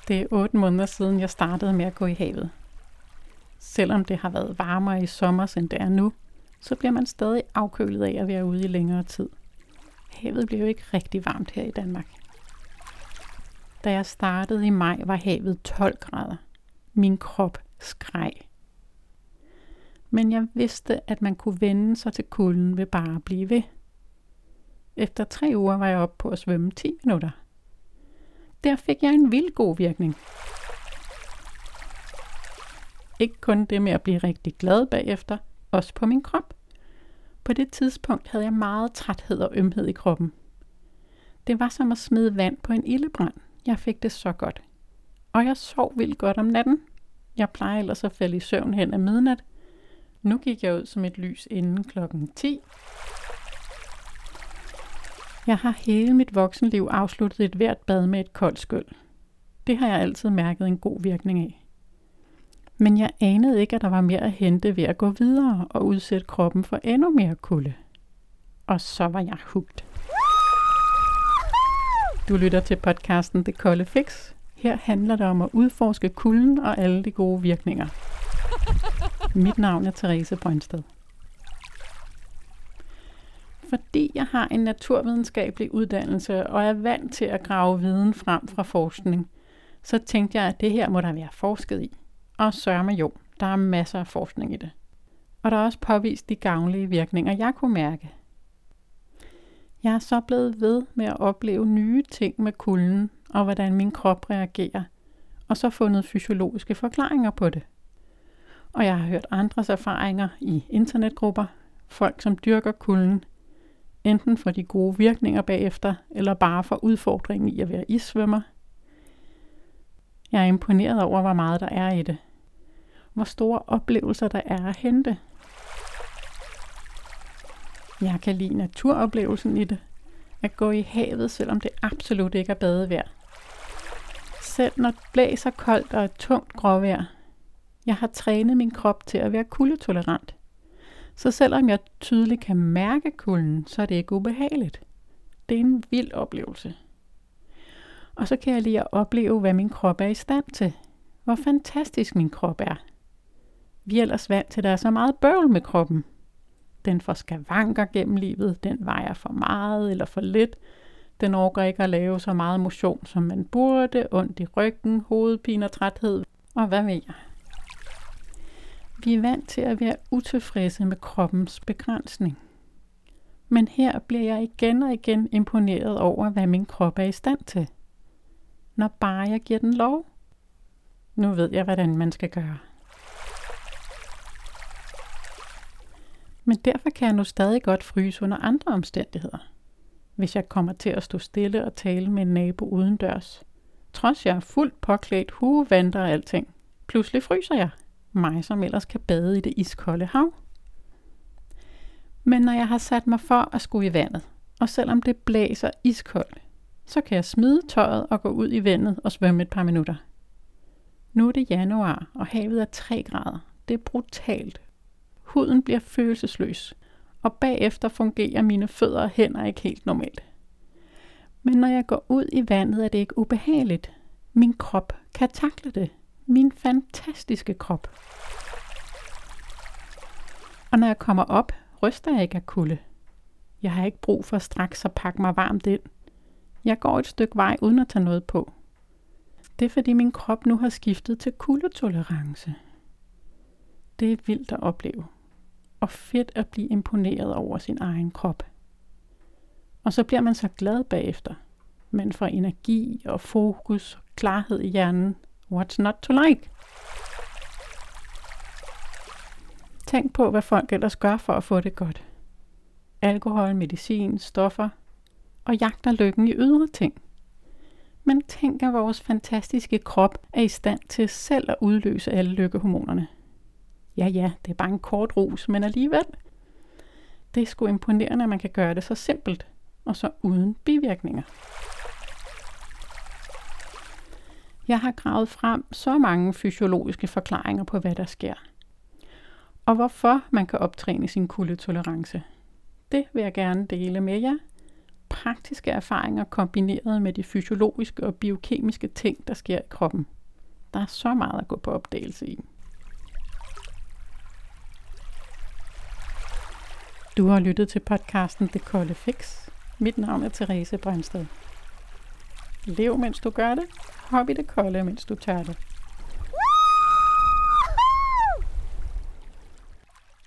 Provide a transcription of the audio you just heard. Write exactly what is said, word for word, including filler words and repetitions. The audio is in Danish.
Det er otte måneder siden, jeg startede med at gå i havet. Selvom det har været varmere i sommer, end det er nu, så bliver man stadig afkølet af at være ude i længere tid. Havet bliver jo ikke rigtig varmt her i Danmark. Da jeg startede i maj, var havet tolv grader. Min krop skreg. Men jeg vidste, at man kunne vende sig til kulden ved bare at blive ved. Efter tre uger var jeg oppe på at svømme ti minutter. Der fik jeg en vild god virkning. Ikke kun det med at blive rigtig glad bagefter, også på min krop. På det tidspunkt havde jeg meget træthed og ømhed i kroppen. Det var som at smide vand på en ildebrand. Jeg fik det så godt. Og jeg sov vildt godt om natten. Jeg plejer ellers at falde i søvn hen ad midnat. Nu gik jeg ud som et lys inden klokken ti. Jeg har hele mit voksenliv afsluttet et hvert bad med et koldt skyld. Det har jeg altid mærket en god virkning af. Men jeg anede ikke, at der var mere at hente ved at gå videre og udsætte kroppen for endnu mere kulde. Og så var jeg hugt. Du lytter til podcasten Det Kolde Fix. Her handler det om at udforske kulden og alle de gode virkninger. Mit navn er Therese Brøndsted. Fordi jeg har en naturvidenskabelig uddannelse og er vant til at grave viden frem fra forskning, så tænkte jeg, at det her må der være forsket i. Og sørme jo, der er masser af forskning i det. Og der er også påvist de gavnlige virkninger, jeg kunne mærke. Jeg er så blevet ved med at opleve nye ting med kulden, og hvordan min krop reagerer, og så fundet fysiologiske forklaringer på det. Og jeg har hørt andres erfaringer i internetgrupper, folk som dyrker kulden, enten for de gode virkninger bagefter, eller bare for udfordringen i at være issvømmer. Jeg er imponeret over, hvor meget der er i det. Hvor store oplevelser der er at hente. Jeg kan lide naturoplevelsen i det. At gå i havet, selvom det absolut ikke er badevejr. Selv når det blæser koldt og et tungt gråvejr. Jeg har trænet min krop til at være kuldetolerant. Så selvom jeg tydeligt kan mærke kulden, så er det ikke ubehageligt. Det er en vild oplevelse. Og så kan jeg lide at opleve, hvad min krop er i stand til. Hvor fantastisk min krop er. Vi er ellers vant til, at der er så meget bøvl med kroppen. Den får skavanker gennem livet. Den vejer for meget eller for lidt. Den orker ikke at lave så meget motion, som man burde. Ondt i ryggen, hovedpine og træthed. Og hvad ved jeg? Vi er vant til at være utilfredse med kroppens begrænsning. Men her bliver jeg igen og igen imponeret over, hvad min krop er i stand til. Når bare jeg giver den lov. Nu ved jeg, hvordan man skal gøre. Men derfor kan jeg nu stadig godt fryse under andre omstændigheder. Hvis jeg kommer til at stå stille og tale med en nabo udendørs. Trods jeg er fuldt påklædt, hue, vanter og alting. Pludselig fryser jeg. Mig, som ellers kan bade i det iskolde hav. Men når jeg har sat mig for at skulle i vandet, og selvom det blæser iskoldt, så kan jeg smide tøjet og gå ud i vandet og svømme et par minutter. Nu er det januar, og havet er tre grader. Det er brutalt. Huden bliver følelsesløs, og bagefter fungerer mine fødder og hænder ikke helt normalt. Men når jeg går ud i vandet, er det ikke ubehageligt. Min krop kan takle det. Min fantastiske krop. Og når jeg kommer op, ryster jeg ikke af kulde. Jeg har ikke brug for straks at pakke mig varmt ind. Jeg går et stykke vej uden at tage noget på. Det er fordi min krop nu har skiftet til kuldetolerance. Det er vildt at opleve. Og fedt at blive imponeret over sin egen krop. Og så bliver man så glad bagefter. Man får energi og fokus og klarhed i hjernen. What's not to like? Tænk på, hvad folk ellers gør for at få det godt. Alkohol, medicin, stoffer og jagter lykken i ydre ting. Men tænk, at vores fantastiske krop er i stand til selv at udløse alle lykkehormonerne. Ja, ja, det er bare en kort rus, men alligevel. Det er sgu imponerende, at man kan gøre det så simpelt, og så uden bivirkninger. Jeg har gravet frem så mange fysiologiske forklaringer på, hvad der sker. Og hvorfor man kan optræne sin kuldetolerance. Det vil jeg gerne dele med jer. praktiske erfaringer kombineret med de fysiologiske og biokemiske ting, der sker i kroppen. Der er så meget at gå på opdagelse i. Du har lyttet til podcasten Det Kolde Fix. Mit navn er Therese Brøndsted. Lev mens du gør det. Hop i det kolde, mens du tør det.